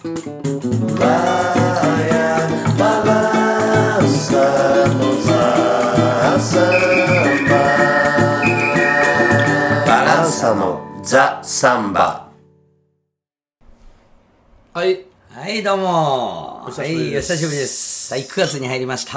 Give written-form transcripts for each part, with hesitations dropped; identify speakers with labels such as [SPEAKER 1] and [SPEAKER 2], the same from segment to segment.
[SPEAKER 1] バランサのザ・サンバ。
[SPEAKER 2] はい、
[SPEAKER 3] はい、どうも。
[SPEAKER 2] お久しぶりです。
[SPEAKER 3] はい、お久しぶりです。はい、9月に入りました。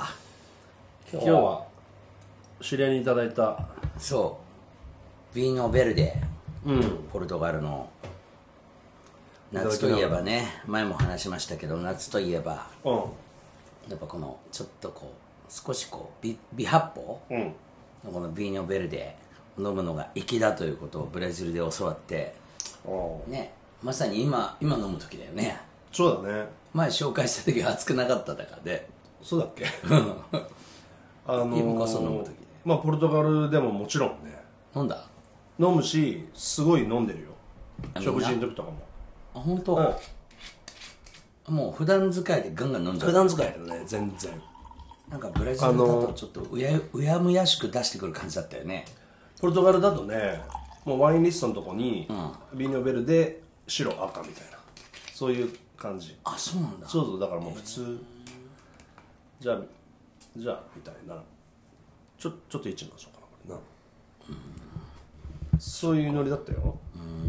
[SPEAKER 2] 今日は知り合いにいただいた
[SPEAKER 3] そうビーノ・ベルデ、ポルトガルの夏といえばね、前も話しましたけど、夏といえばやっぱこのちょっとこう少しこう微発泡のこのビーノ・ベルデを飲むのが粋だということをブラジルで教わってね、まさに今飲む時だよね。
[SPEAKER 2] そうだね。
[SPEAKER 3] 前紹介した時は熱くなかっただからで、
[SPEAKER 2] そうだっけ
[SPEAKER 3] 今こそ飲む時で、
[SPEAKER 2] まあポルトガルでももちろんね
[SPEAKER 3] 飲んだ。
[SPEAKER 2] 飲むし、すごい飲んでるよ。
[SPEAKER 3] あ
[SPEAKER 2] 食事の時とかも。
[SPEAKER 3] あ、本当。もう普段使いでガンガン飲んじゃう。
[SPEAKER 2] 普段使いだね、全然。
[SPEAKER 3] なんかブラジルだとちょっとうやむやしく出してくる感じだったよね。
[SPEAKER 2] ポルトガルだとね、もうワインリストのとこに、ビーノベルで白赤みたいな、そういう感じ。
[SPEAKER 3] あ、そうなんだ。
[SPEAKER 2] そうだからもう普通、じゃあみたいな、ちょっと一番そうかなこれな、そういうノリだったよ。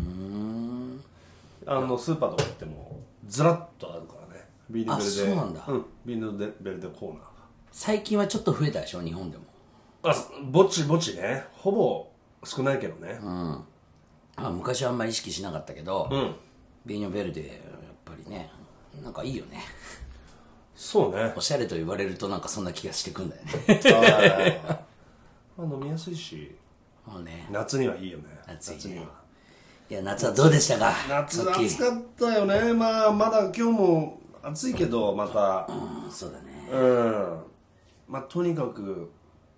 [SPEAKER 2] スーパーとか行ってもずらっとあるからね、ビーノベルで。
[SPEAKER 3] あ、そうなんだ。
[SPEAKER 2] ビーノベルでコーナーが
[SPEAKER 3] 最近はちょっと増えたでしょ、日本でも。
[SPEAKER 2] ぼちぼちね、ほぼ少ないけどね。
[SPEAKER 3] 昔はあんまり意識しなかったけど、ビーノベルデやっぱりね、なんかいいよね。
[SPEAKER 2] そうね。
[SPEAKER 3] おしゃれと言われるとなんかそんな気がしてくんだよね。
[SPEAKER 2] まあ飲みやすいし、
[SPEAKER 3] もうね、
[SPEAKER 2] 夏にはいいよね。
[SPEAKER 3] 夏いいね
[SPEAKER 2] には。
[SPEAKER 3] いや、夏はどうでしたか。
[SPEAKER 2] 夏
[SPEAKER 3] さっき
[SPEAKER 2] 暑かったよね。まあまだ今日も暑いけど、また
[SPEAKER 3] そうだね。
[SPEAKER 2] まあとにかく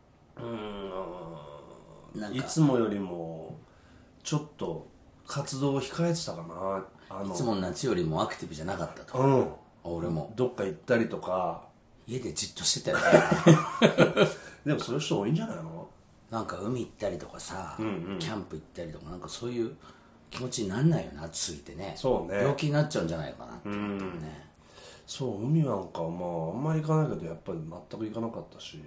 [SPEAKER 3] なんか
[SPEAKER 2] いつもよりもちょっと活動を控えてたかな。
[SPEAKER 3] いつも夏よりもアクティブじゃなかったと。俺も
[SPEAKER 2] どっか行ったりとか。
[SPEAKER 3] 家でじっとしてたよね。
[SPEAKER 2] でもそういう人多いんじゃないの。
[SPEAKER 3] なんか海行ったりとかさ、キャンプ行ったりとか、なんかそういう気持ちになんないよな、暑すぎてね。
[SPEAKER 2] そうね、
[SPEAKER 3] 病気になっちゃうんじゃないかなって思ったもんね。
[SPEAKER 2] そう海なんかまああんまり行かないけど、やっぱり全く行かなかったし。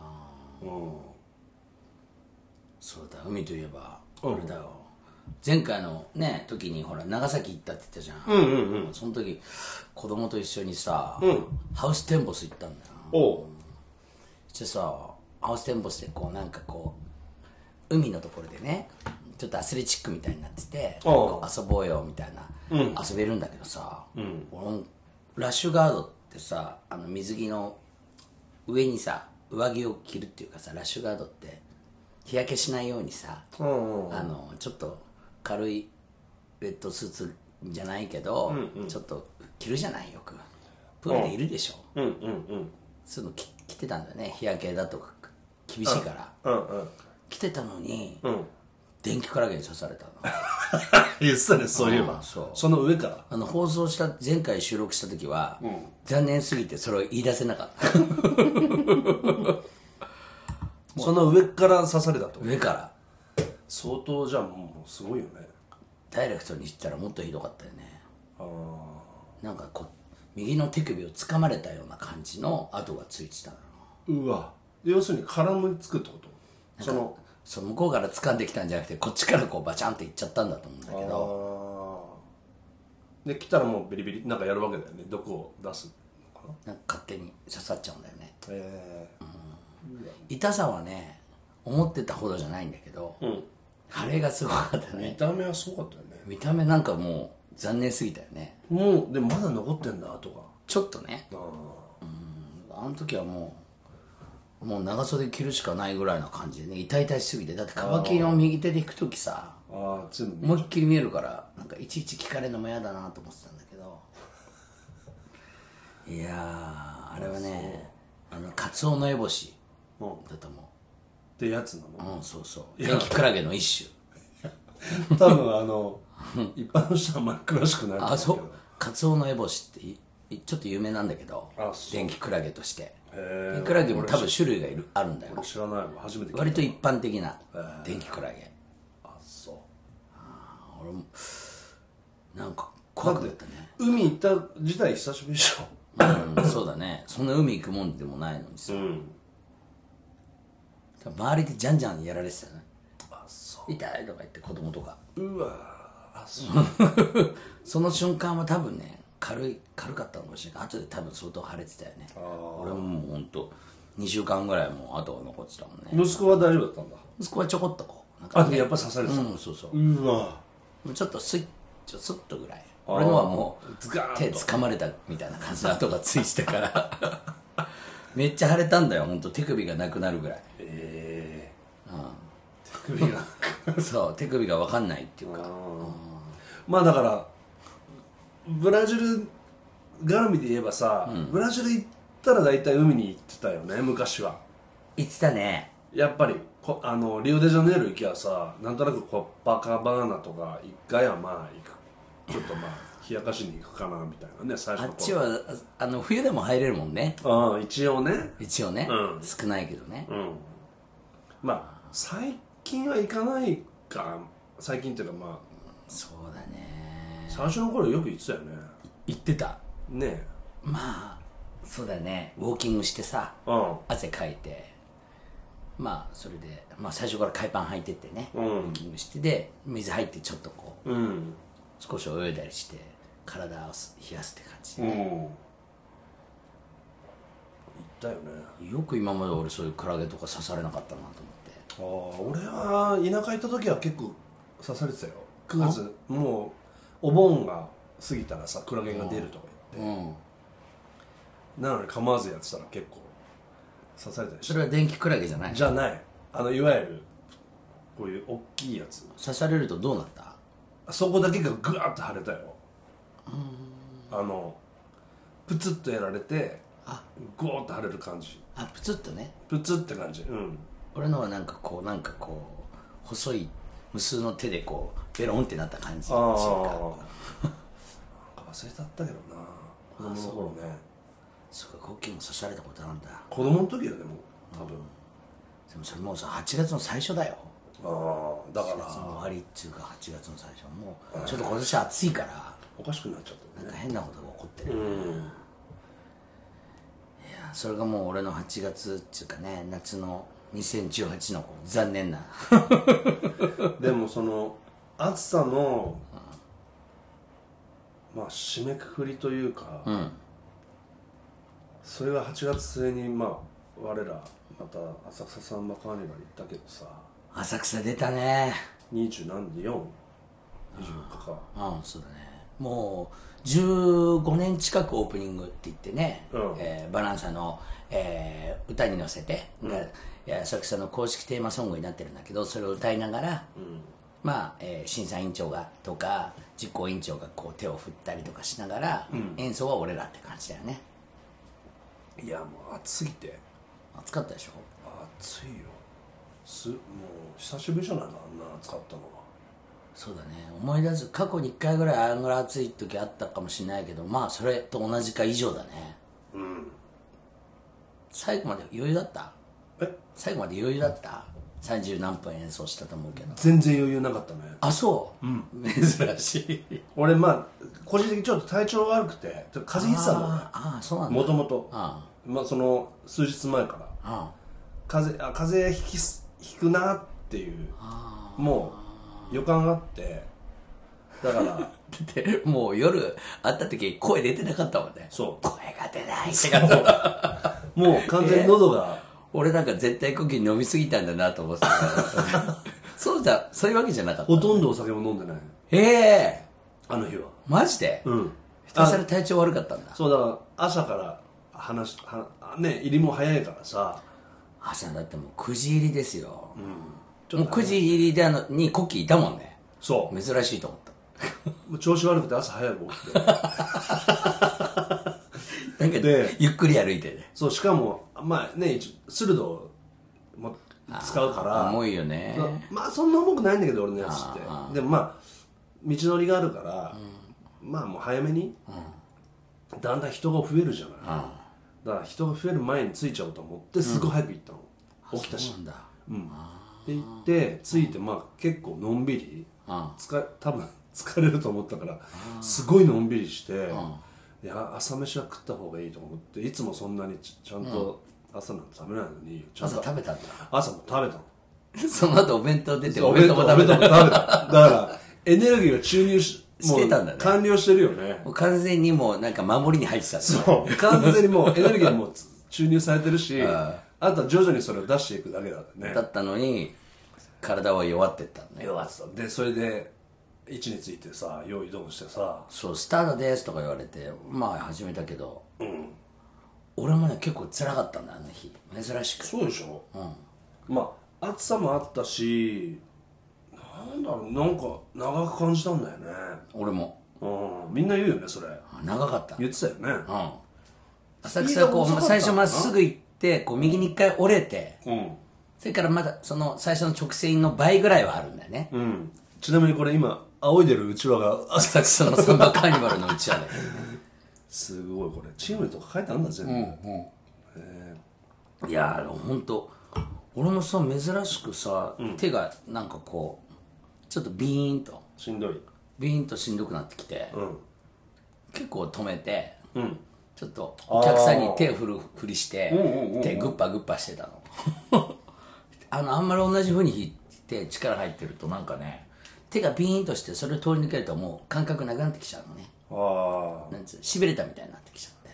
[SPEAKER 3] そうだ、海といえばあれだよ、前回のね時にほら長崎行ったって言ったじゃん。その時子供と一緒にさ、ハウステンボス行ったんだよ。そしてさ、ハウステンボスでこうなんかこう海のところでね、ちょっとアスレチックみたいになってて、こう遊ぼうよみたいな、遊べるんだけどさ、俺ラッシュガードってさ、水着の上にさ上着を着るっていうかさ、ラッシュガードって日焼けしないようにさ、ちょっと軽いウェットスーツじゃないけど、ちょっと着るじゃない、よくプールでいるでしょ。そういうの着てたんだよね。日焼けだとか厳しいから、着てたのに、電気クラゲに刺されたの。
[SPEAKER 2] 言ってたね、そういえば。その上から
[SPEAKER 3] 放送した前回収録した時は、残念すぎてそれを言い出せなかった。
[SPEAKER 2] その上から刺されたと。
[SPEAKER 3] 上から
[SPEAKER 2] 相当じゃあもうすごいよね。
[SPEAKER 3] ダイレクトに言ったらもっとひどかったよね。なんかこう右の手首を掴まれたような感じの跡がついてたの。
[SPEAKER 2] うわ、要するに絡みつくってこと。
[SPEAKER 3] その向こうから掴んできたんじゃなくて、こっちからこうバチャンっていっちゃったんだと思うんだけど。
[SPEAKER 2] で来たらもうビリビリなんかやるわけだよね、毒を出すのか
[SPEAKER 3] なんか勝手に刺さっちゃうんだよね。痛さはね思ってたほどじゃないんだけど、腫れがすごかったね。
[SPEAKER 2] 見た目はすごかったよね。
[SPEAKER 3] 見た目なんかもう残念すぎたよね。
[SPEAKER 2] もうでもまだ残ってんだとか。
[SPEAKER 3] ちょっとね。あの時はもう長袖着るしかないぐらいな感じでね、痛々しすぎて。だってカバキリを右手で引く時さ、思いっきり見えるから、なんかいちいち聞かれるのも嫌だなと思ってたんだけど、いやーあれはね、カツオノエボシだと思う
[SPEAKER 2] ってやつなの。
[SPEAKER 3] そうそう、電気クラゲの一
[SPEAKER 2] 種。多分一般の人はあんまり詳しくないと思うけど。
[SPEAKER 3] そう、カツオノエボシってちょっと有名なんだけど、電気クラゲとして。電気クラゲも多分種類があるんだよ。
[SPEAKER 2] 知らないわ、初めて聞いた。
[SPEAKER 3] 割と一般的な電気クラゲ。
[SPEAKER 2] そう。
[SPEAKER 3] 俺もなんか怖くなったね。
[SPEAKER 2] 海行った自体久しぶりでしょ。
[SPEAKER 3] そうだね。そんな海行くもんでもないのにさ、周りでじゃんじゃんやられてたよね。痛いとか言って子供とか。
[SPEAKER 2] うわあ、そう
[SPEAKER 3] その瞬間は多分ね、軽かったのかもしれない。後で多分相当腫れてたよね。俺ももうほんと2週間ぐらいもう跡が残ってたもんね。
[SPEAKER 2] 息子は大丈夫だったんだ。
[SPEAKER 3] 息子はちょこっとこうなん
[SPEAKER 2] あ、でもやっぱ刺されてた。
[SPEAKER 3] そうそう。
[SPEAKER 2] うわ
[SPEAKER 3] ちょっとスッとぐらい。俺のはもう
[SPEAKER 2] ズガーンと
[SPEAKER 3] 手掴まれたみたいな感じの跡がついてたからめっちゃ腫れたんだよ。ほんと手首がなくなるぐらい。
[SPEAKER 2] 手首が
[SPEAKER 3] そう、手首が分かんないっていうか。
[SPEAKER 2] まあだからブラジル絡みで言えばさ、ブラジル行ったら大体海に行ってたよね、昔は。
[SPEAKER 3] 言ってたね。
[SPEAKER 2] やっぱりリオデジャネイロ行きゃさ、なんとなくコッパカバーナとか一回はまあ行く、ちょっとまあ冷やかしに行くかなみたいなね、最初の頃。
[SPEAKER 3] あっちは冬でも入れるもんね。
[SPEAKER 2] 一応ね。
[SPEAKER 3] 一応ね、少ないけどね。
[SPEAKER 2] まあ最近は行かないか。最近っていうかまあ
[SPEAKER 3] そうだね。
[SPEAKER 2] 最初の頃よく行ってたよね。
[SPEAKER 3] 言ってた
[SPEAKER 2] ね。
[SPEAKER 3] まあそうだね。ウォーキングしてさ、汗かいて、まあそれで、まあ、最初から海パン履いてってね、ウォーキングしてで水入ってちょっとこう、少し泳いだりして体を冷やすって感じでね、
[SPEAKER 2] 行ったよね。
[SPEAKER 3] よく今まで俺そういうクラゲとか刺されなかったなと思って。
[SPEAKER 2] 俺は田舎行った時は結構刺されてたよ。9月もうお盆が過ぎたらさ、クラゲが出るとか言って、なのに構わずやってたら結構刺されたりして。
[SPEAKER 3] それは電気クラゲじゃない？
[SPEAKER 2] じゃない、いわゆるこういう大きいやつ。
[SPEAKER 3] 刺されるとどうなった？
[SPEAKER 2] そこだけがグワッと腫れたよ。プツッとやられてゴーッと腫れる感じ。
[SPEAKER 3] プツッとね。
[SPEAKER 2] プツッって感じ。
[SPEAKER 3] 俺のはなんかこう細い無数の手でこうベロンってなった感じ。
[SPEAKER 2] なんか忘れたったけどな、子供の頃ね。
[SPEAKER 3] そうか、コッキーも刺されたことあるんだ。
[SPEAKER 2] 子供の時よ、でも多分。
[SPEAKER 3] でもそれもうさ、8月の最初だよ。
[SPEAKER 2] だから
[SPEAKER 3] 8月の終わりっていうか8月の最初。もうちょっと今年暑いから
[SPEAKER 2] おかしくなっちゃったね。
[SPEAKER 3] なんか変なことが起こってる、いや、それがもう俺の8月っていうかね、夏の2018の残念な
[SPEAKER 2] でもその暑さのまあ締めくくりというか、それが8月末にまあ我らまた浅草サンバカーニバル行ったけどさ。
[SPEAKER 3] 浅草出たね。
[SPEAKER 2] 20何日 ?4?24 日か。
[SPEAKER 3] そうだね。もう15年近くオープニングって言ってね、バランサの、歌に乗せて、浅草の公式テーマソングになってるんだけど、それを歌いながら、まあ審査委員長がとか実行委員長がこう手を振ったりとかしながら、演奏は俺らって感じだよね。
[SPEAKER 2] いやもう暑すぎて。
[SPEAKER 3] 暑かったでしょ。
[SPEAKER 2] 暑いよ。もう久しぶりじゃないの、あんな暑かったのは。
[SPEAKER 3] そうだね。思い出す、過去に1回ぐらいあんぐらい暑い時あったかもしれないけど、まあそれと同じか以上だね。最後まで余裕だった？最後まで余裕だった？ 30 何分演奏したと思うけど。
[SPEAKER 2] 全然余裕なかったね。そう、
[SPEAKER 3] 珍しい。
[SPEAKER 2] 俺まあ個人的にちょっと体調悪くて風邪ひいてたの。
[SPEAKER 3] そうなんだ。
[SPEAKER 2] もともとまあその数日前から風邪ひくなっていうもう予感があって、だから
[SPEAKER 3] だってもう夜会った時声出てなかったもんね。
[SPEAKER 2] そう、
[SPEAKER 3] 声が出ないって
[SPEAKER 2] もう完全に喉が、
[SPEAKER 3] 俺なんか絶対コッキー飲みすぎたんだなと思ってたからそういうわけじゃなかった。
[SPEAKER 2] ほとんどお酒も飲んでない。あの日は
[SPEAKER 3] マジで？ひたすら体調悪かったんだ。
[SPEAKER 2] そう、だから朝からね、入りも早いからさ。
[SPEAKER 3] 朝だってもう9時入りですよ。もう9時入りにコッキーいたもんね。
[SPEAKER 2] そう、
[SPEAKER 3] 珍しいと思った。
[SPEAKER 2] 調子悪くて朝早く起きて
[SPEAKER 3] なんかゆっくり歩いてね。
[SPEAKER 2] そう、しかもまあね、鋭も使うから
[SPEAKER 3] 重いよね。
[SPEAKER 2] まあそんな重くないんだけど俺のやつって。でもまあ道のりがあるから、まあもう早めに、だんだん人が増えるじゃない。だから人が増える前に着いちゃおうと思ってすごい早く行ったの。起きたし。で行って着いて、まあ結構のんびり多分疲れると思ったからすごいのんびりして、いや朝飯は食った方がいいと思って、いつもそんなにちゃんと朝なんて食べないのに
[SPEAKER 3] 朝食べたんだ。
[SPEAKER 2] 朝も食べたの。
[SPEAKER 3] その後お弁当出て
[SPEAKER 2] お
[SPEAKER 3] お弁当も食べた。
[SPEAKER 2] だからエネルギーが注入
[SPEAKER 3] してたんだね。
[SPEAKER 2] 完了してるよね。
[SPEAKER 3] もう完全にもうなんか守りに入ってたんだね。
[SPEAKER 2] そう完全にもうエネルギーも注入されてるし、あとは徐々にそれを出していくだけだね。
[SPEAKER 3] だったのに体は弱ってったんだね。
[SPEAKER 2] 弱ってた。でそれで位置についてさ用意どうしてさ、
[SPEAKER 3] そうスタートですとか言われてまあ始めたけど、俺もね結構辛かったんだあの日、珍しく。
[SPEAKER 2] そうでしょ。まあ暑さもあったし、なんだろう、なんか長く感じたんだよね。
[SPEAKER 3] 俺も
[SPEAKER 2] みんな言うよねそれ。
[SPEAKER 3] 長かった。
[SPEAKER 2] 言ってたよね。
[SPEAKER 3] 浅草こう最初まっすぐ行ってこう右に一回折れて、それからまだその最初の直線の倍ぐらいはあるんだよね。
[SPEAKER 2] ちなみにこれ今仰いでるうちわが
[SPEAKER 3] 浅草のサンバカーニバルのうちわだけどね。
[SPEAKER 2] すごい、これチームとか書いてあるんだ全
[SPEAKER 3] 部。いやーほんと俺もさ珍しくさ、手がなんかこうちょっとビーンと
[SPEAKER 2] しんどい。
[SPEAKER 3] ビーンとしんどくなってきて、結構止めて、ちょっとお客さんに手振るふりして、手グッパグッパしてたの。あんまり同じ風に引いて力入ってるとなんかね手がビーンとしてそれを通り抜けるともう感覚なくなってきちゃうのね。なんつうしびれたみたいになってきちゃって、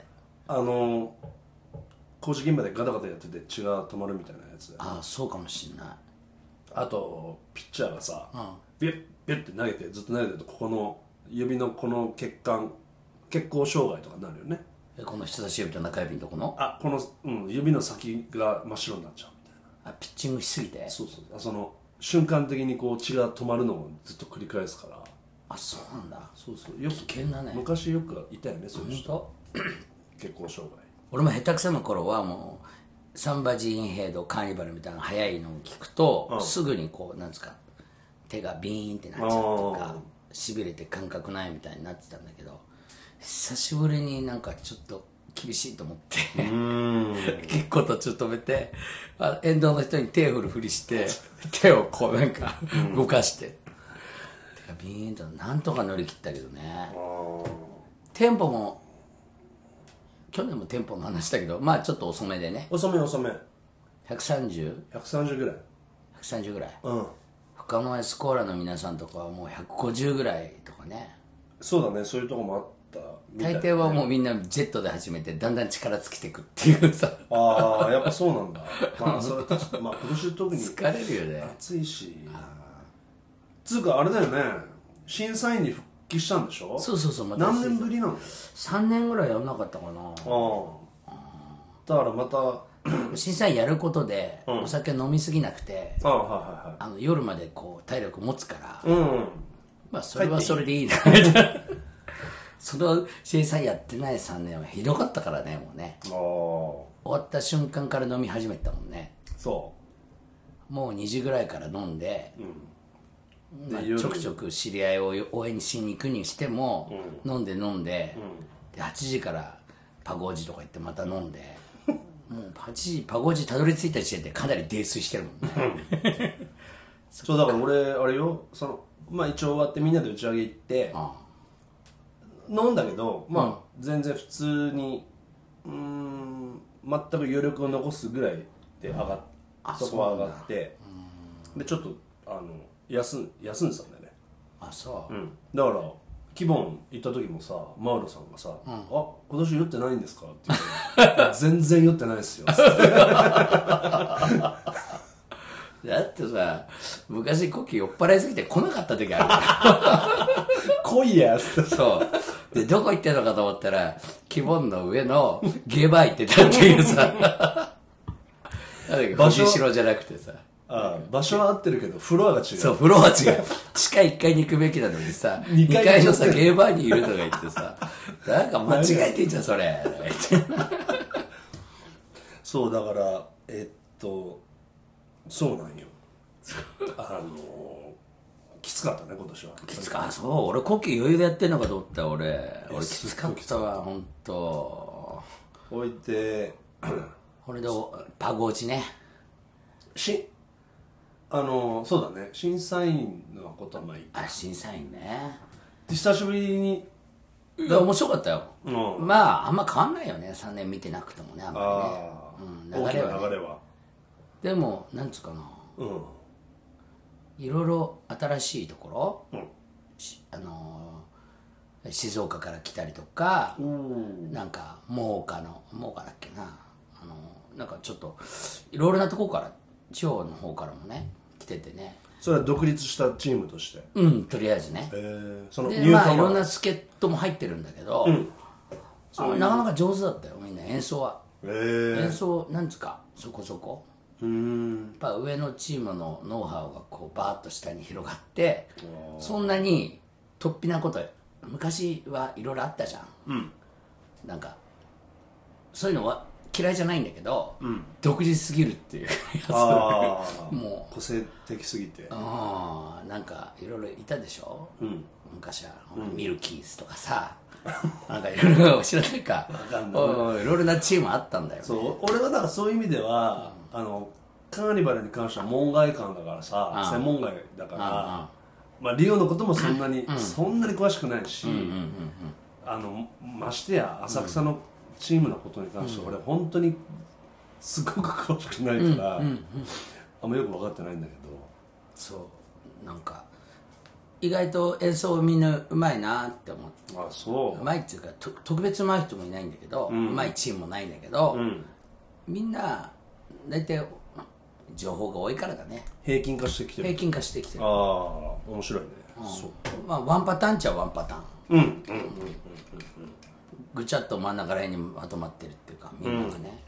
[SPEAKER 2] 工事現場でガタガタやってて血が止まるみたいなやつ。
[SPEAKER 3] ああそうかもしんない。
[SPEAKER 2] あとピッチャーがさ、ビュッビュッって投げてずっと投げてるとここの指のこの血行障害とかになるよね。
[SPEAKER 3] この人差し指と中指のとこの
[SPEAKER 2] この、指の先が真っ白になっちゃうみたいな。
[SPEAKER 3] ピッチングしすぎて。
[SPEAKER 2] そうその瞬間的にこう血が止まるのをずっと繰り返すから。
[SPEAKER 3] あそうなんだ。
[SPEAKER 2] そうよく
[SPEAKER 3] 危険だね。
[SPEAKER 2] 昔よくいたよねそういう人。血行障害。
[SPEAKER 3] 俺も下手くその頃はもうサンバジーンヘイドカーニバルみたいな速いのを聞くと、すぐにこうなんですか手がビーンってなっちゃうとかしびれて感覚ないみたいになってたんだけど、久しぶりになんかちょっと厳しいと思って結構途中止めて沿道の人に手振るふりして手をこうなんか動かして、手がビーンとなんとか乗り切ったけどね。テンポも去年もテンポの話だけどまあちょっと遅めでね。
[SPEAKER 2] 遅め
[SPEAKER 3] 130
[SPEAKER 2] ぐらい。
[SPEAKER 3] 130ぐらい。他のエスコーラの皆さんとかはもう150ぐらいとかね。
[SPEAKER 2] そうだね、そういうとこもあったみたい、
[SPEAKER 3] 大抵はもうみんなジェットで始めてだんだん力尽きてくっていうさ。
[SPEAKER 2] やっぱそうなんだ。それ確か今年特に
[SPEAKER 3] 疲れるよね。
[SPEAKER 2] 暑いしつうかあれだよね、審査員に復帰したんでしょ。
[SPEAKER 3] そうま
[SPEAKER 2] た何年ぶりなの。
[SPEAKER 3] 3年ぐらいやんなかったかな。
[SPEAKER 2] だからまた
[SPEAKER 3] 審査員やることでお酒飲みすぎなくて、夜までこう体力持つから、まあそれはそれでいいなみたいな。その審査員やってない3年はひどかったからね。もうね終わった瞬間から飲み始めたもんね。もう2時ぐらいから飲んで、ちょくちょく知り合いを応援しに行くにしても、飲んで、で8時からパゴージとか行ってまた飲んでもう8時パゴージたどり着いた時点でかなり泥酔してるもんね。
[SPEAKER 2] そうだから俺あれよ、一応終わってみんなで打ち上げ行って飲んだけど、全然普通に全く余力を残すぐらいでそこは上がって、でちょっと休んでたんだよね。だからキボン行った時もさ、マウロさんがさ「今年酔ってないんですか?」って言って「全然酔ってないですよ」
[SPEAKER 3] だってさ昔コキ酔っ払いすぎて来なかった時ある
[SPEAKER 2] 来いや
[SPEAKER 3] そうでどこ行ってんのかと思ったらキボンの上のゲーバー行ってたっていうさ場所城じゃなくてさ、
[SPEAKER 2] 場所は合ってるけどフロアが違う。
[SPEAKER 3] そうフロアは違う。地下1階に行くべきなのにさ2階のさゲーバーにいるとか言ってさなんか間違えてんじゃんそれ
[SPEAKER 2] そうだからそうなんよ。きつかったね今年は。
[SPEAKER 3] きつか。そう俺コキ余裕でやってんのかと思った。俺きつかったわ本当。
[SPEAKER 2] 置いて
[SPEAKER 3] これでパゴージね。
[SPEAKER 2] そうだね、審査員のことは審
[SPEAKER 3] 査員ね。
[SPEAKER 2] 久しぶりに
[SPEAKER 3] いや面白かったよ、
[SPEAKER 2] うん
[SPEAKER 3] まああんま変わんないよね、3年見てなくてもね、あんまりね、流れはね。
[SPEAKER 2] 流れは
[SPEAKER 3] でもなんつうかな、いろいろ新しいところ、静岡から来たりとか、なんか真岡だっけな、なんかちょっといろいろなとこから地方の方からもね来ててね。
[SPEAKER 2] それは独立したチームとして、
[SPEAKER 3] とりあえずね、
[SPEAKER 2] その
[SPEAKER 3] でまあいろんな助っ人も入ってるんだけど、なかなか上手だったよ、みんな演奏は。演奏なんつうかそこそこ、やっぱ上のチームのノウハウがこうバーッと下に広がって、そんなに突飛なこと昔はいろいろあったじゃん、なんかそういうのは嫌いじゃないんだけど、独自すぎるっていうやつも
[SPEAKER 2] う個性的すぎて、
[SPEAKER 3] なんかいろいろいたでしょ、昔は、ミルキーズとかさなんかいろいろ知らないか、いろいろなチームあったんだよね。
[SPEAKER 2] そう俺はだからそういう意味では、カーニバルに関しては門外漢だからさ、専門外だから、まあリオのこともそんなに詳しくないし、ましてや浅草のチームのことに関しては俺本当にすごく詳しくないから、あんまよく分かってないんだけど、
[SPEAKER 3] そうなんか意外と演奏みんなうまいなって思って。
[SPEAKER 2] そう
[SPEAKER 3] うまいっていうか特別うまい人もいないんだけど、うまいチームもないんだけど、みんな大体情報が多いからだね。
[SPEAKER 2] 平均化してきてる。
[SPEAKER 3] 平均化してきてる。
[SPEAKER 2] 面白いね。そう。
[SPEAKER 3] まあワンパターンっちゃワンパターン。ぐちゃっと真ん中らへんにまとまってるっていうか、みんながね。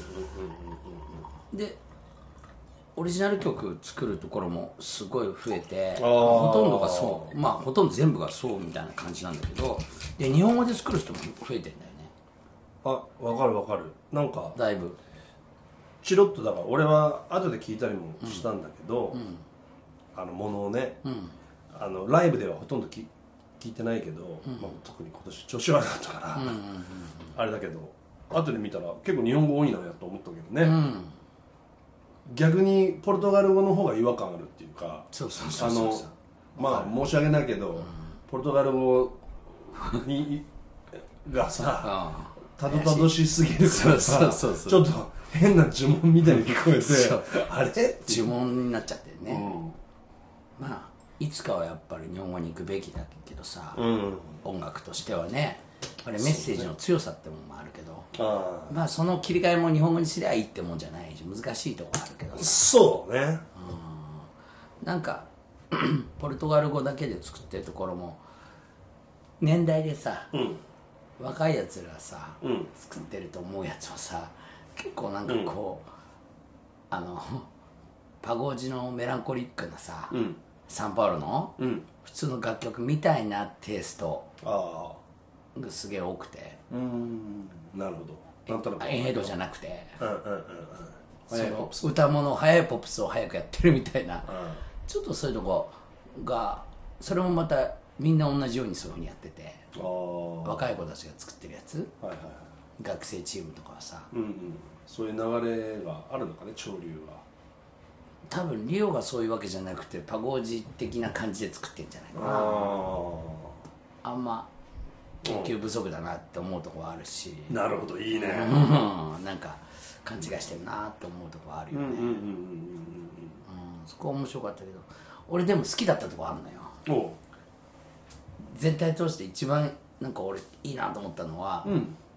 [SPEAKER 3] でオリジナル曲作るところもすごい増えて、ほとんどがそう、まあほとんど全部がそうみたいな感じなんだけど、で日本語で作る人も増えてんだよね。
[SPEAKER 2] わかるわかる。なんか
[SPEAKER 3] だいぶ
[SPEAKER 2] チロッとだから俺は後で聞いたりもしたんだけど、ものをね、ライブではほとんど聞いてないけど、まあ、特に今年調子悪かったから、あれだけど後で見たら結構日本語多いなやと思ったけどね、逆にポルトガル語の方が違和感あるっていうか、まあ申し訳ないけど、ポルトガル語にがさたどたどしすぎるからさ、ちょっと変な呪文みたいに聞こえてあれ
[SPEAKER 3] 呪文になっちゃってるね、まあいつかはやっぱり日本語に行くべきだけどさ、音楽としてはね、あれメッセージの強さってものもあるけど、まあその切り替えも日本語にすりゃいいってもんじゃないし、難しいところあるけどさ。
[SPEAKER 2] そうね、
[SPEAKER 3] なんかポルトガル語だけで作ってるところも年代でさ、若いやつらがさ、作ってると思うやつはさ、結構なんかこう、パゴージのメランコリックなさ、サンパウロの、普通の楽曲みたいなテイストがすげえ多くて、
[SPEAKER 2] なるほど、なんとなく
[SPEAKER 3] エンヘドじゃなくて、その歌物速いポップスを早くやってるみたいな、ちょっとそういうとこが、それもまたみんな同じようにそういうふうにやってて、若い子たちが作ってるやつ、学生チームとかはさ、
[SPEAKER 2] そういう流れがあるのかね、潮流が。
[SPEAKER 3] 多分リオがそういうわけじゃなくてパゴージ的な感じで作ってんじゃないかな。あんま研究不足だなって思うとこはあるし、
[SPEAKER 2] なるほど、いいね、
[SPEAKER 3] なんか勘違いしてるなって思うとこはあるよね。そこは面白かったけど、俺でも好きだったとこあるのよ。全体通して一番なんか俺いいなと思ったのは、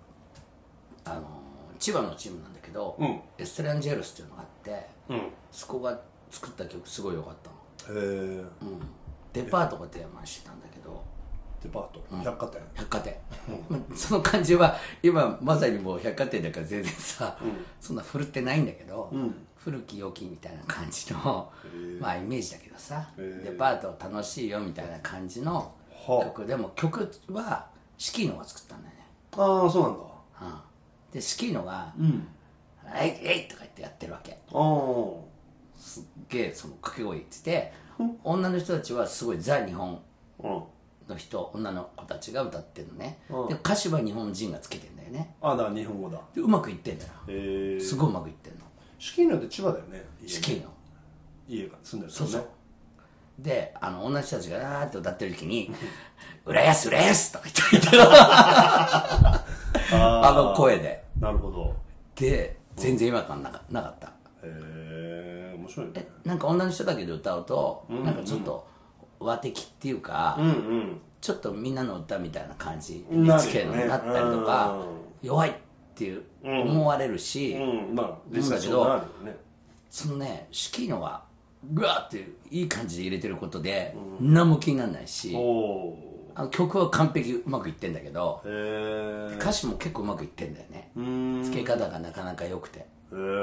[SPEAKER 3] 千葉のチームなんだけど、エストランジェルスっていうのがあって、そこが作った曲すごい良かったの。デパートがテーマにしてたんだけど。
[SPEAKER 2] デパート、百貨店、
[SPEAKER 3] 百貨店、その感じは今まさにもう百貨店だから全然さ、そんな古ってないんだけど、古き良きみたいな感じの、まあイメージだけどさ、デパート楽しいよみたいな感じの曲でも、曲はシキーノが作ったんだよね。
[SPEAKER 2] そうなんだ。
[SPEAKER 3] でシキーノが「はいえい!」とか言ってやってるわけ。すっげえその掛け声言ってて、女の人たちはすごいザ日本の人、女の子たちが歌ってるのね。で歌詞は日本人がつけてんだよね。
[SPEAKER 2] だから日本語だ。
[SPEAKER 3] でうまくいってんだよ。すごいうまくいってんの。
[SPEAKER 2] シキーノって千葉だよね。
[SPEAKER 3] シキーノ
[SPEAKER 2] 家が住んでる。そう
[SPEAKER 3] で女の人たちがあーって歌ってる時に「浦安浦安!」とか言って声で。
[SPEAKER 2] なるほど。
[SPEAKER 3] で全然違和感なかった。
[SPEAKER 2] へえ、面白いね。
[SPEAKER 3] なんか女の人だけで歌うと、なんかちょっと和的っていうか、ちょっとみんなの歌みたいな感じになったりとか、弱いっていう思われるし、
[SPEAKER 2] まあ実際そうなるよね。
[SPEAKER 3] そのね、指揮のがグワーっていい感じで入れてることで、何も気にならないし、曲は完璧うまくいってんだけど、歌詞も結構うまくいってんだよね。付け方がなかなか良くて。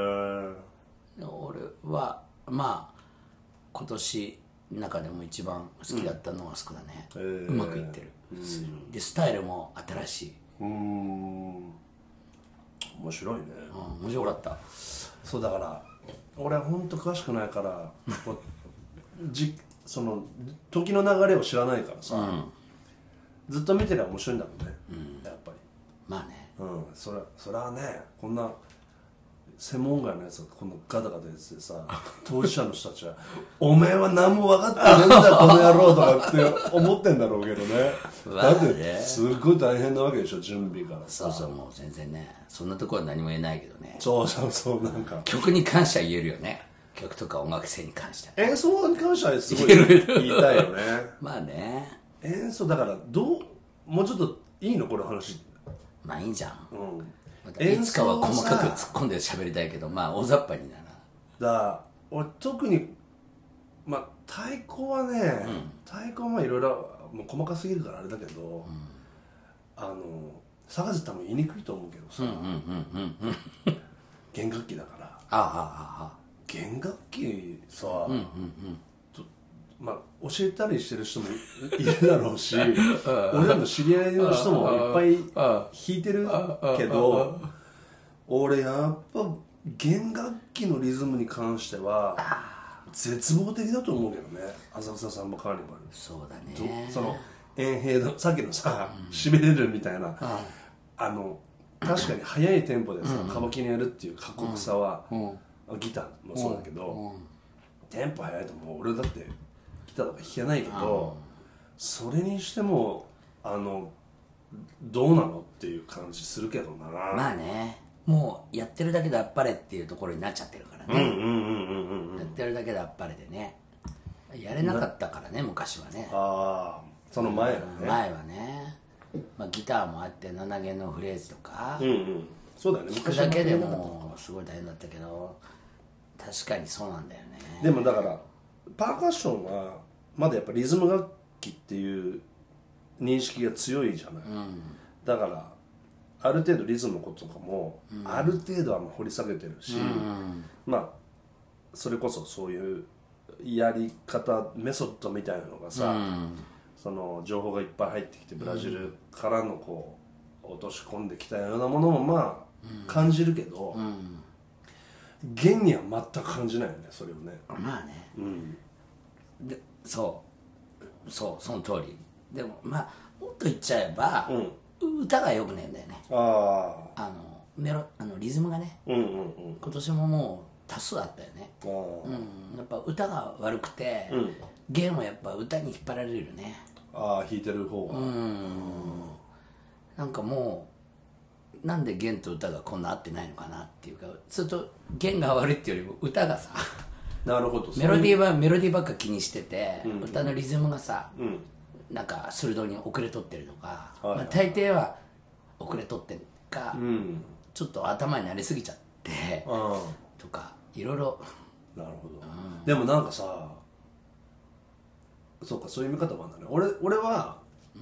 [SPEAKER 3] 俺はまあ今年の中でも一番好きだったのはあそこだね。うまくいってる。でスタイルも新しい。
[SPEAKER 2] 面白いね。
[SPEAKER 3] 面白かった。
[SPEAKER 2] そうだから俺は本当詳しくないからその時の流れを知らないからさ、ずっと見てりゃ面白いんだろうね、やっぱり。
[SPEAKER 3] まあね、
[SPEAKER 2] それはね、こんな専門外のやつがこんなガタガタやっててさ、当事者の人たちは「おめえは何も分かってねえんだこの野郎」とかって思ってんだろうけどね。だってすごい大変なわけでしょ、準備からさ。
[SPEAKER 3] そうもう全然ね、そんなところは何も言えないけどね。
[SPEAKER 2] そうなんか
[SPEAKER 3] 曲に関しては言えるよね。曲とか音楽性に関しては。
[SPEAKER 2] 演奏に関してはすごい言いたいよね。
[SPEAKER 3] まあね、
[SPEAKER 2] 演奏だからもうちょっといいのこれ話。
[SPEAKER 3] まあいいじゃん。いつかは細かく突っ込んで喋りたいけど、まあ大雑把になら。
[SPEAKER 2] だから俺特にまあ太鼓はね、太鼓はまあいろいろもう細かすぎるからあれだけど、探せたも言いにくいと思うけどさ、弦楽器だから。弦楽器さ、まあ教えたりしてる人もいるだろうし俺らの知り合いの人もいっぱい弾いてるけど、俺やっぱ弦楽器のリズムに関しては絶望的だと思うけどね。浅草サンバカーニバル、
[SPEAKER 3] そうだね。
[SPEAKER 2] その遠平のさっきのさ、しびれるみたいな、確かに速いテンポでさ歌舞伎にやるっていう過酷さは、ギターもそうだけど、テンポ速いともう俺だってギターとか弾けないけど、それにしてもどうなのっていう感じするけどな。
[SPEAKER 3] まあね、もうやってるだけであっぱれっていうところになっちゃってるからね。やってるだけであっぱれでね、やれなかったからね昔はね。
[SPEAKER 2] その前はね、
[SPEAKER 3] 前はね、まあ、ギターもあって7弦のフレーズとか、
[SPEAKER 2] そうだよね、
[SPEAKER 3] 弾くだけでもすごい大変だったけど、確かにそうなんだよね。
[SPEAKER 2] でもだからパーカッションはまだやっぱリズム楽器っていう認識が強いじゃない、だからある程度リズムのこととかも、ある程度は掘り下げてるし、まあそれこそそういうやり方メソッドみたいなのがさ、その情報がいっぱい入ってきてブラジルからのこう落とし込んできたようなものもまあ感じるけど、弦には全く感じないよね、それをね。
[SPEAKER 3] まあね、でその通り。でもまあもっと言っちゃえば、歌がよくねえんだよね。リズムがね、今年ももう多数あったよね。やっぱ歌が悪くて、弦はやっぱ歌に引っ張られるよね。
[SPEAKER 2] 弾いてる方が
[SPEAKER 3] なんかもうなんで弦と歌がこんな合ってないのかなっていうか、それと弦が悪いっていうよりも歌がさ、
[SPEAKER 2] なるほど、
[SPEAKER 3] メロディーばっか気にしてて、歌のリズムがさ、なんか鋭いに遅れとってるとか、大抵は遅れとってるか、ちょっと頭になりすぎちゃってとかいろいろ。
[SPEAKER 2] なるほど、でもなんかさ、そうか、そういう見方もあるんだね。俺は、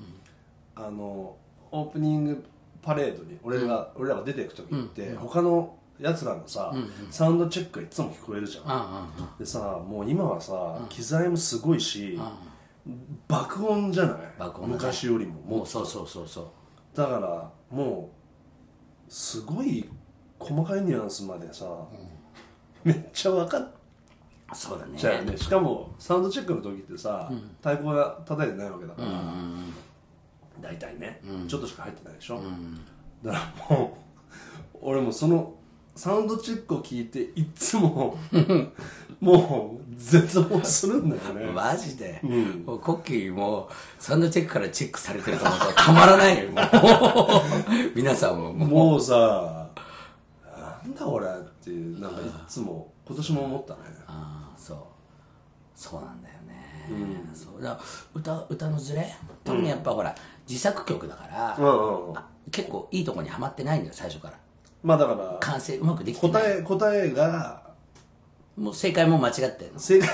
[SPEAKER 2] オープニングパレードに俺らが出ていく時って、他のやつらのさ、サウンドチェックがいつも聞こえるじゃん、でさ、もう今はさ、機材もすごいし、爆音じゃない、昔よりも。もう
[SPEAKER 3] そう
[SPEAKER 2] だからもうすごい細かいニュアンスまでさ、めっちゃ分かっ
[SPEAKER 3] そうだね。
[SPEAKER 2] ちゃうね。しかもサウンドチェックの時ってさ、太鼓が叩いてないわけだから、大体ね、ちょっとしか入ってないでしょ、だからもう俺もそのサウンドチェックを聞いていつももう絶望するんだよね。
[SPEAKER 3] マジで、もうコッキーもサウンドチェックからチェックされてると思うとたまらないよもう皆さんも
[SPEAKER 2] もうさ、なんだ俺っていう、なんかいつも今年も思ったね。
[SPEAKER 3] ああ、そうなんだよね、そうだから歌のズレ、特にやっぱほら自作曲だから、結構いいとこにはまってないんだよ最初から。
[SPEAKER 2] まあだから
[SPEAKER 3] 完成うまくできてない。
[SPEAKER 2] 答えが
[SPEAKER 3] もう正解も間違ってるの。
[SPEAKER 2] 正解、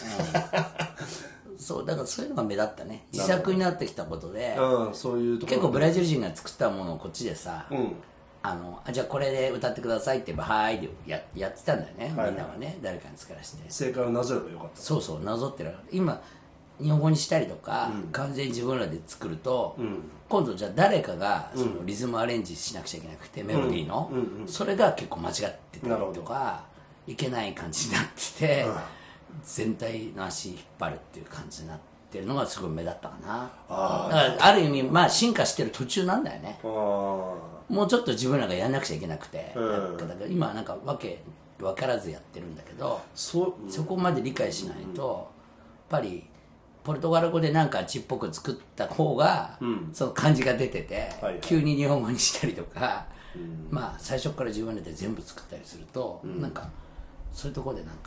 [SPEAKER 3] そうだからそういうのが目立ったね。自作になってきたことで、
[SPEAKER 2] そういうところ
[SPEAKER 3] 結構ブラジル人が作ったものをこっちでさ、じゃあこれで歌ってくださいって言えばはーいってやってたんだよね、みんなはね、誰かに作らせて
[SPEAKER 2] 正解をなぞればよかった。
[SPEAKER 3] そうなぞってる。今日本語にしたりとか、完全に自分らで作ると、今度じゃあ誰かがそのリズムアレンジしなくちゃいけなくて、メロディーの、それが結構間違ってたりとかいけない感じになってて、全体の足引っ張るっていう感じになってるのがすごい目立ったかな。だからある意味まあ進化してる途中なんだよね。もうちょっと自分らがやんなくちゃいけなくて、だから今はなんかわけ分からずやってるんだけど、そこまで理解しないと、やっぱりポルトガル語でなんかちっぽく作った方が、その感じが出てて、急に日本語にしたりとか、まあ最初から自分らで全部作ったりすると、なんかそういうところでなんか、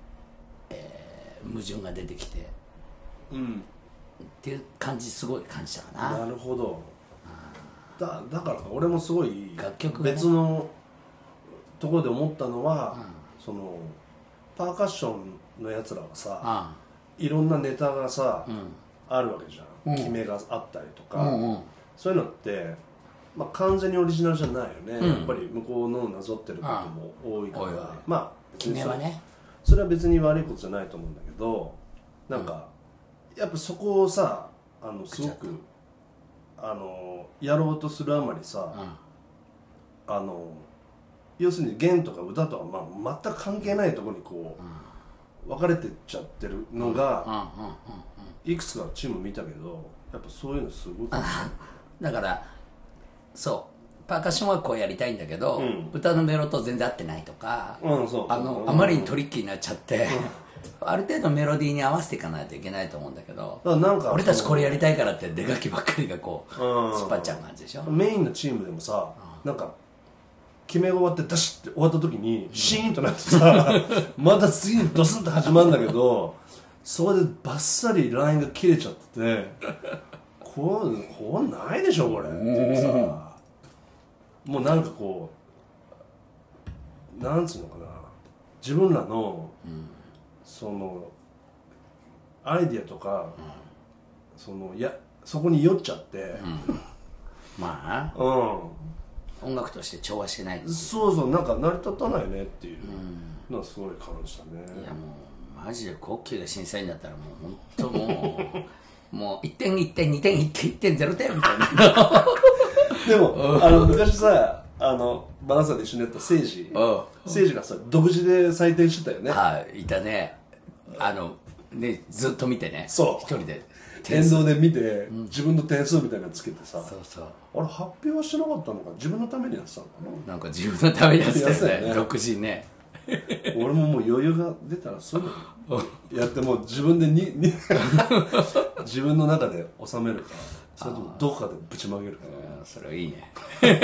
[SPEAKER 3] 矛盾が出てきて、っていう感じすごい感じたかな。
[SPEAKER 2] なるほど。だから俺もすごい
[SPEAKER 3] 楽曲が、ね、
[SPEAKER 2] 別のところで思ったのは、そのパーカッションのやつらはさ、いろんなネタがさ、あるわけじゃん、決めがあったりとか、そういうのって、まあ、完全にオリジナルじゃないよね、やっぱり向こうのなぞってることも多いから、まあ
[SPEAKER 3] 決めはね、
[SPEAKER 2] それは別に悪いことじゃないと思うんだけど、なんか、やっぱそこをさ、すごくやろうとするあまりさ、要するに弦とか歌とは、まあ、全く関係ないところにこう、分かれてっちゃってるのが、いくつかチーム見たけど、やっぱそういうのすごく
[SPEAKER 3] だからそうパーカッションはこうやりたいんだけど、歌のメロと全然合ってないとか、あまりにトリッキーになっちゃって、ある程度メロディーに合わせていかないといけないと思うんだけど、なんか俺たちこれやりたいからって出書きばっかりがこう突っ張っちゃう感じでしょ。
[SPEAKER 2] メインのチームでもさ、なんか決めが終わってダシッて終わった時にシーンとなってさまた次にドスンと始まるんだけど、そこでバッサリラインが切れちゃっててこうないでしょこれっていうさ、もうなんかこうなんつうのかな、自分らの、そのアイディアとか、そこに酔っちゃって、
[SPEAKER 3] まあ音楽として調和してないっていう、
[SPEAKER 2] そうなんか成り立たないねっていうのはすごい感じたね。
[SPEAKER 3] いやもうマジでコッキーが審査員だったらもう本当もう1点1点2点1点1点0点みたいな
[SPEAKER 2] でも昔さバナナさんで一緒にやった誠治がさ独自で採点してたよね。
[SPEAKER 3] いたね。ね、ずっと見てね、
[SPEAKER 2] そう
[SPEAKER 3] 一人で
[SPEAKER 2] 沿道で見て、自分の点数みたいなのつけてさ、
[SPEAKER 3] そう
[SPEAKER 2] あれ発表はしてなかったのか、自分のためにやってたのかな、
[SPEAKER 3] なんか自分のためにやってたよね、独自ね
[SPEAKER 2] 俺ももう余裕が出たらそういうのやってもう自分で自分の中で収めるか、それともどこかでぶちまげるか、
[SPEAKER 3] それはいいね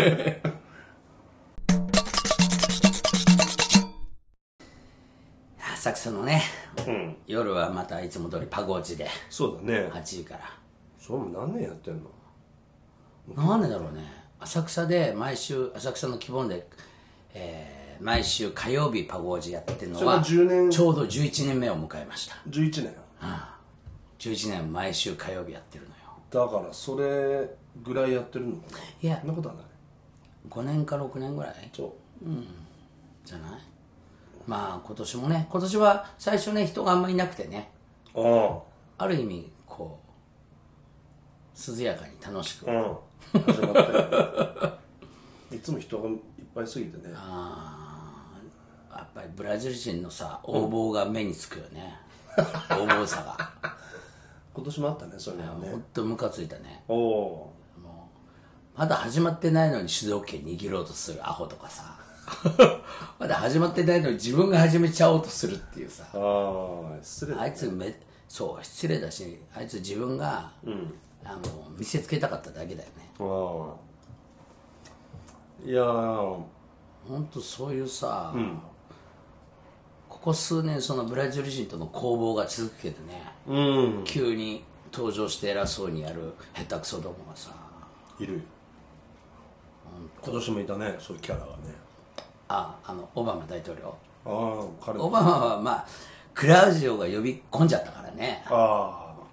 [SPEAKER 3] 浅草のね、夜はまたいつも通りパゴーチで、
[SPEAKER 2] そうだね、
[SPEAKER 3] 8時から。
[SPEAKER 2] そうも何年やってんの？
[SPEAKER 3] なんでだろうね。浅草で毎週、浅草の規模で、毎週火曜日パゴーチやってるのはちょうど11年目を迎えました。
[SPEAKER 2] 11年
[SPEAKER 3] 11年毎週火曜日やってるの
[SPEAKER 2] よ。だからそれぐらいやってるのかな。
[SPEAKER 3] いや
[SPEAKER 2] そんなことはない。
[SPEAKER 3] 5年か6年ぐらいじゃない。まあ今年もね、今年は最初ね人があんまりいなくてね、ある意味こう涼やかに楽しく、
[SPEAKER 2] 始まっていつも人がいっぱいすぎてね、
[SPEAKER 3] やっぱりブラジル人のさ横暴が目につくよね、横暴さが
[SPEAKER 2] 今年もあったね、それはね。
[SPEAKER 3] ほんとムカついたね。
[SPEAKER 2] も
[SPEAKER 3] うまだ始まってないのに主導権握ろうとするアホとかさまだ始まってないのに自分が始めちゃおうとするっていうさ。
[SPEAKER 2] ああ失礼だね。
[SPEAKER 3] あいつそう失礼だし、あいつ自分が、見せつけたかっただけだよね。
[SPEAKER 2] ああいやー
[SPEAKER 3] ほんとそういうさ、ここ数年そのブラジル人との攻防が続くけどね、急に登場して偉そうにやる下手くそどもがさ
[SPEAKER 2] いる。今年もいたね、そういうキャラがね。
[SPEAKER 3] オバマ大統領。
[SPEAKER 2] ああ彼
[SPEAKER 3] オバマはまあクラウジオが呼び込んじゃったからね。
[SPEAKER 2] ああ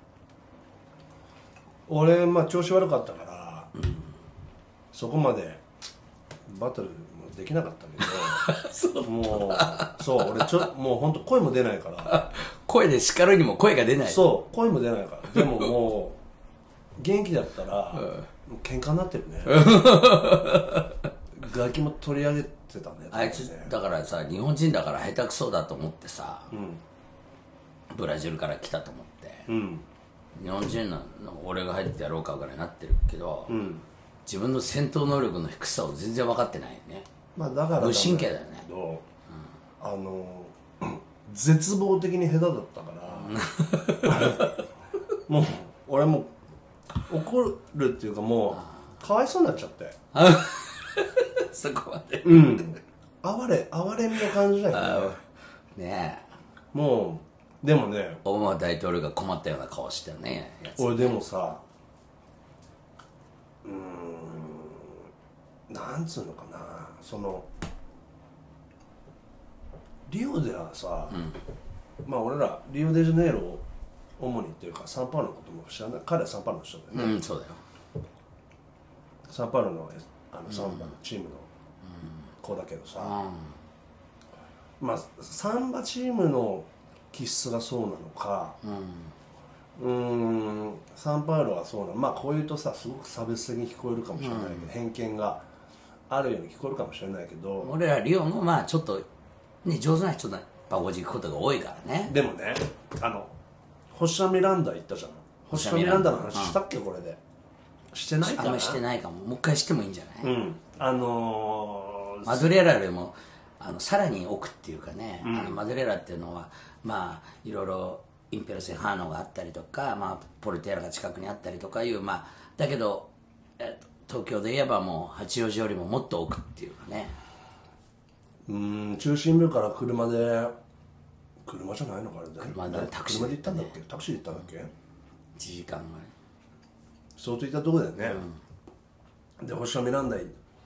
[SPEAKER 2] 俺調子悪かったから、そこまでバトルもできなかったけどもうそう俺もう本当声も出ないから
[SPEAKER 3] 声で叱るにも声が出ない。
[SPEAKER 2] そう声も出ないからでももう元気だったら、もう喧嘩になってるねガキも取り上げてたね。
[SPEAKER 3] あいつだからさ、日本人だから下手くそだと思ってさ、ブラジルから来たと思って、日本人の俺が入ってやろうかぐらいになってるけど、自分の戦闘能力の低さを全然分かってないよね。
[SPEAKER 2] だから
[SPEAKER 3] 無神経だよね。
[SPEAKER 2] 絶望的に下手だったからもう俺も怒るっていうかもうかわいそうになっちゃって
[SPEAKER 3] そこまで
[SPEAKER 2] 哀れみを感じないよね。
[SPEAKER 3] ね
[SPEAKER 2] えもうでもね
[SPEAKER 3] オバマ大統領が困ったような顔してるねやつ。
[SPEAKER 2] 俺でもさなんつうのかな、そのリオではさ、俺らリオデジャネイロを主にっていうかサンパウロのことも知らない。彼はサンパウロの人だよね。
[SPEAKER 3] そうだよ。
[SPEAKER 2] サンパウロのサンバのチームの子だけどさ、サンバチームの気質がそうなのか、サンパウロはそうなの。こういうとさすごく差別的に聞こえるかもしれないけど、偏見があるように聞こえるかもしれないけど、
[SPEAKER 3] 俺らリオもちょっとね上手な人がパゴジ行くことが多いからね。
[SPEAKER 2] でもねホッシャミランダ行ったじゃん。ホッシャミランダの話したっけ、これでしてないかな。
[SPEAKER 3] あんましてないかも。もう一回してもいいんじゃない。マドレーラよりもさらに奥っていうかね、マドレーラっていうのはいろいろインペロセハーノがあったりとか、ポルテーラが近くにあったりとかいうだけど、東京で言えばもう八王子よりももっと奥っていうかね。
[SPEAKER 2] 中心部から車じゃないのかな。
[SPEAKER 3] 車でタクシーで
[SPEAKER 2] 行ったんだっけ。タクシーで行ったんだっけ。
[SPEAKER 3] 1時間ぐらい
[SPEAKER 2] 相当行ったとこだよね。でホッシャミランダ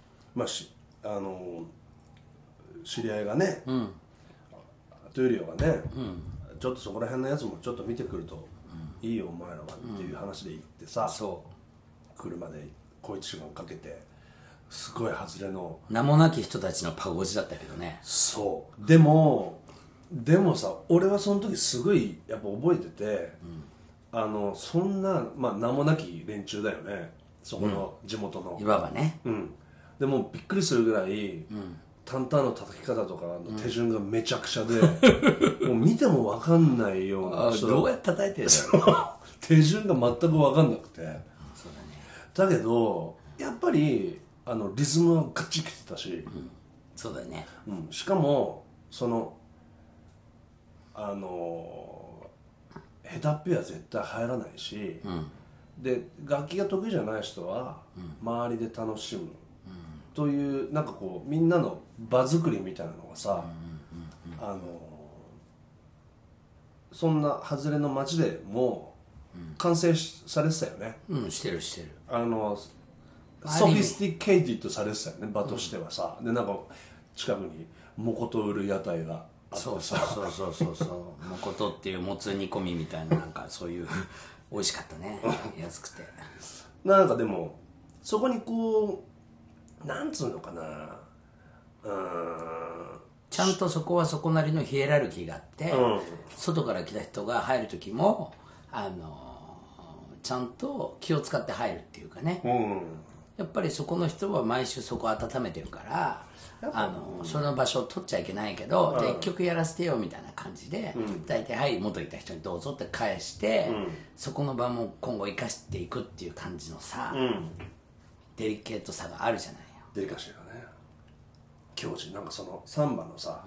[SPEAKER 2] 知り合いがね、トゥーリオがね、ちょっとそこら辺のやつもちょっと見てくるといいよお前らはっていう話で行ってさ、車で小1時間かけてすごい外れの
[SPEAKER 3] 名もなき人たちのパゴジだったけどね。
[SPEAKER 2] そうでもさ俺はその時すごいやっぱ覚えてて、そんな名もなき連中だよね、そこの地元の、
[SPEAKER 3] いわばね。
[SPEAKER 2] でもびっくりするぐらい、タンタンの叩き方とかの手順がめちゃくちゃで、もう見ても分かんないような人
[SPEAKER 3] どうやって叩いてるんだろう
[SPEAKER 2] 手順が全く分かんなくて、
[SPEAKER 3] そうだね。
[SPEAKER 2] だけどやっぱりリズムはガッチリきてたし、
[SPEAKER 3] そうだね。
[SPEAKER 2] しかもその下手っぴは絶対入らないし、で楽器が得意じゃない人は周りで楽しむ、というなんかこうみんなの場作りみたいなのがさ、そんな外れの街でも完成されてたよね。
[SPEAKER 3] してるしてる。
[SPEAKER 2] ソフィスティケイティッドされてたよね、場としてはさ。でなんか近くにモコト売る屋台があってさ、
[SPEAKER 3] そうモコトっていうもつ煮込みみたいな、なんかそういう美味しかったね安くて。
[SPEAKER 2] なんかでもそこにこうなんつうのかな、
[SPEAKER 3] ちゃんとそこはそこなりのヒエラルキーがあって、外から来た人が入る時もちゃんと気を使って入るっていうかね、やっぱりそこの人は毎週そこ温めてるから、その場所を取っちゃいけないけど、じゃあ1曲やらせてよみたいな感じで、大体はい元いた人にどうぞって返して、そこの場も今後生かしていくっていう感じのさ、デリケートさがあるじゃないよ。
[SPEAKER 2] デリカシーがね。 行事なんかそのサンバのさ、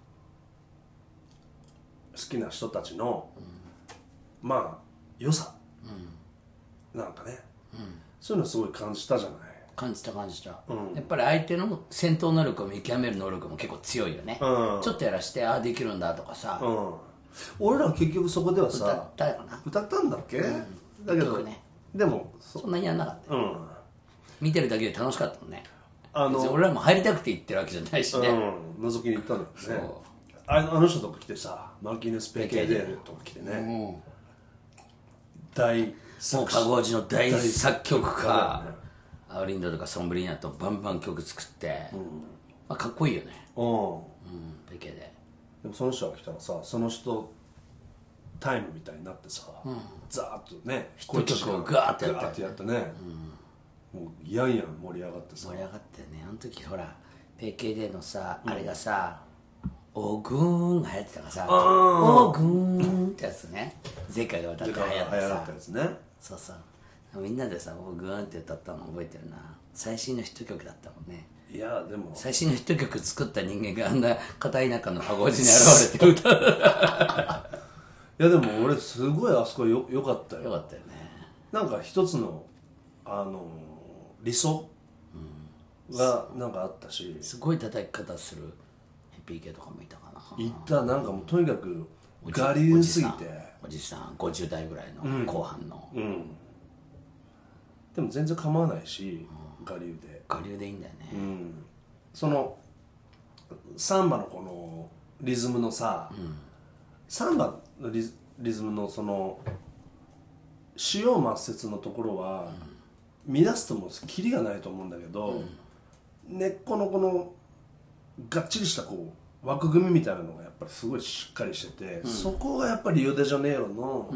[SPEAKER 2] 好きな人たちの、まあ良さ、なんかね、そういうのすごい感じたじゃない。
[SPEAKER 3] 感じた、やっぱり相手の戦闘能力を見極める能力も結構強いよね、ちょっとやらしてああできるんだとかさ、
[SPEAKER 2] 俺ら結局そこではさ
[SPEAKER 3] 歌ったよな。
[SPEAKER 2] 歌ったんだっけ、だけど、
[SPEAKER 3] ね、
[SPEAKER 2] でも
[SPEAKER 3] そんなにやんなかったよ、見てるだけで楽しかったもんね。別に
[SPEAKER 2] 俺
[SPEAKER 3] 俺らも入りたくて行ってるわけじゃないしね、
[SPEAKER 2] 覗きに行ったんだよね。あの人とか来てさ、マーキーネス・ペケデールとか来てね、大
[SPEAKER 3] もうカゴジの大作曲家、アウリンドとかソンブリーナとバンバン曲作って、まあ、かっこいいよね、ペケで。
[SPEAKER 2] でもその人が来たらさ、その人タイムみたいになってさ、ザーッとね
[SPEAKER 3] 一曲をガーッと
[SPEAKER 2] やってね、もうやんやん盛り上がってさ、
[SPEAKER 3] 盛り上がってね。あの時ほら PKD のさ、あれがさオーグーンが流行ってたからさ、オーグーンってやつね、ゼカが歌って流行ってさ、
[SPEAKER 2] やつね。
[SPEAKER 3] そうみんなでさオーグーンって歌ったの覚えてるな。最新のヒット曲だったもんね。
[SPEAKER 2] いやでも
[SPEAKER 3] 最新のヒット曲作った人間があんな片田舎のカゴジに現れて歌う
[SPEAKER 2] いやでも俺すごいあそこよかったよ。
[SPEAKER 3] よかったよね。
[SPEAKER 2] なんか一つの理想がなんかあったし、
[SPEAKER 3] すごい叩き方する PK とかもいたかな。
[SPEAKER 2] いったなんかもうとにかく我流すぎて、
[SPEAKER 3] おじさん50代ぐらいの後半の、
[SPEAKER 2] でも全然構わないし、我流で
[SPEAKER 3] いいんだよね、
[SPEAKER 2] そのサンバのこのリズムのさ、サンバのリズムのその枝葉末節のところは、乱すともキリがないと思うんだけど、根っこのこのがっちりしたこう枠組みみたいなのがやっぱりすごいしっかりしてて、そこがやっぱりリオデジャネイロの、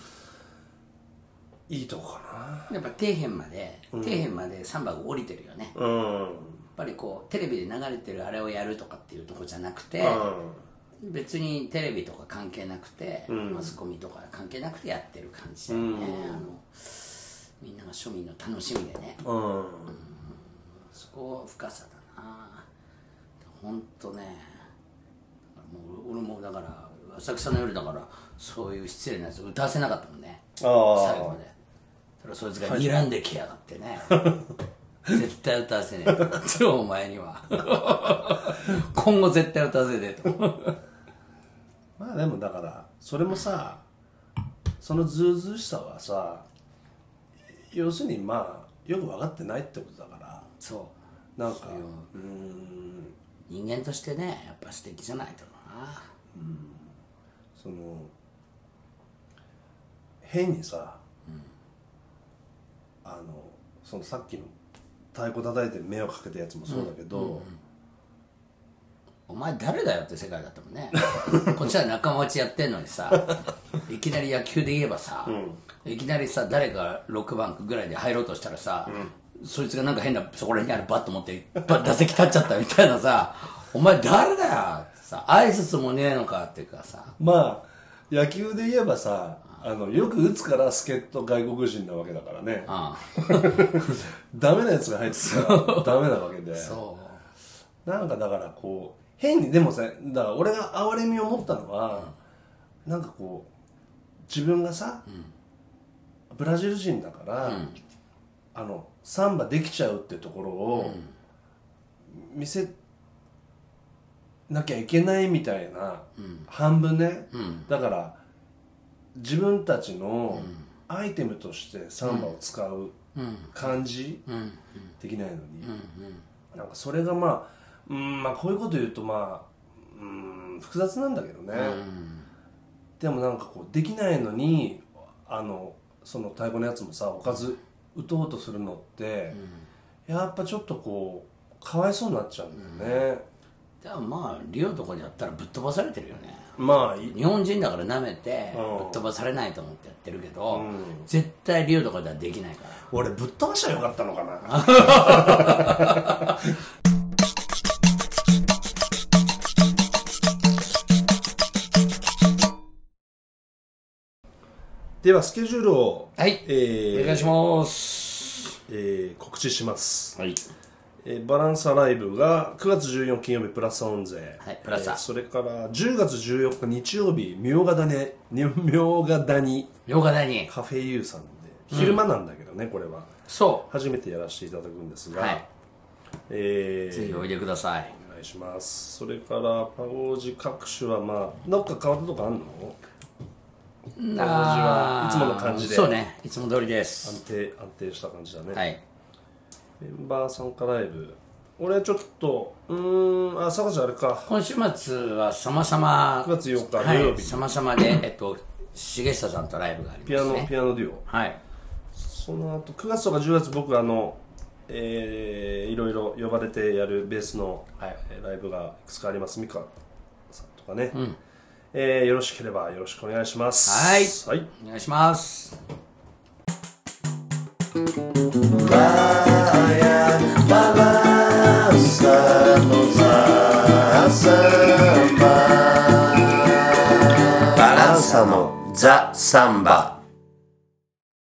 [SPEAKER 2] いいとこかな。
[SPEAKER 3] やっぱ底辺までサンバが降りてるよね、やっぱりこうテレビで流れてるあれをやるとかっていうとこじゃなくて、別にテレビとか関係なくて、マスコミとか関係なくてやってる感じだよね、みんなが庶民の楽しみでね、そこは深さだな。ほんとね、もう俺もだから浅草の夜だからそういう失礼なやつ歌わせなかったもんね、最後まで。そいつが睨んできやがってね、絶対歌わせねえとお前には今後絶対歌わせねえと
[SPEAKER 2] まあでもだからそれもさ、そのずうずうしさはさ、要するにまあよく分かってないってことだから、
[SPEAKER 3] そう
[SPEAKER 2] なんか
[SPEAKER 3] 人間としてねやっぱ素敵じゃないとな、
[SPEAKER 2] その変にさ、そのさっきの太鼓叩いて目をかけたやつもそうだけど、
[SPEAKER 3] お前誰だよって世界だったもんねこっちは仲間内やってんのにさいきなり野球で言えばさ、いきなりさ誰か6番ぐらいで入ろうとしたらさ、そいつがなんか変なそこら辺にあるバット持って打席立っちゃったみたいなさお前誰だよってさ、挨拶もねえのかっていうかさ、
[SPEAKER 2] まあ野球で言えばさ、よく打つから助っ人外国人なわけだからね、ダメなやつが入ってたらダメなわけで、なんかだからこう変にでもさ、だから俺が哀れみを持ったのは、なんかこう自分がさ、ブラジル人だから、サンバできちゃうってところを見せなきゃいけないみたいな、半分ね、だから自分たちのアイテムとしてサンバを使う感じ、できないのに、なんかそれがまあこういうこと言うと複雑なんだけどね、でもなんかこうできないのにその太鼓のやつもさ、おかず打とうとするのって、やっぱちょっとこうかわいそうになっちゃうんだよね、
[SPEAKER 3] でもまあリオとかでやったらぶっ飛ばされてるよね。
[SPEAKER 2] まあ
[SPEAKER 3] 日本人だから舐めてぶっ飛ばされないと思ってやってるけど、絶対リオとかではできないから。
[SPEAKER 2] 俺ぶっ飛ばしちゃよかったのかなではスケジュールを、
[SPEAKER 3] はい、お願いします。
[SPEAKER 2] 告知します。
[SPEAKER 3] はい。
[SPEAKER 2] バランサライブが9月14金曜日プラスオン税、
[SPEAKER 3] はいプラス
[SPEAKER 2] それから10月14日日曜日茗ヶ谷カフェユーさんで、昼間なんだけどね、これは
[SPEAKER 3] そ
[SPEAKER 2] 初めてやらせていただくんですが、
[SPEAKER 3] はいぜひおいでください。
[SPEAKER 2] お願いします。それからパゴージ各種はどっか変わったとかあんの？パゴージはいつもの感じで、
[SPEAKER 3] そうね、いつも通りです。
[SPEAKER 2] 安定した感じだね。
[SPEAKER 3] はい。
[SPEAKER 2] メンバー参加ライブ、俺ちょっと坂ちゃんあれか、
[SPEAKER 3] 今週末はさまさま
[SPEAKER 2] 9月8日土曜日、
[SPEAKER 3] さまさまで重下さんとライブがありますね。
[SPEAKER 2] ピアノデュオ。
[SPEAKER 3] はい。
[SPEAKER 2] その後9月とか10月僕いろいろ呼ばれてやるベースの、ライブがいくつかあります。ミカさんとかね、よろしければよろしくお願いします。
[SPEAKER 3] はい、お願いします。
[SPEAKER 1] バランサのザ・サンバ、バランサのザ・サンバ。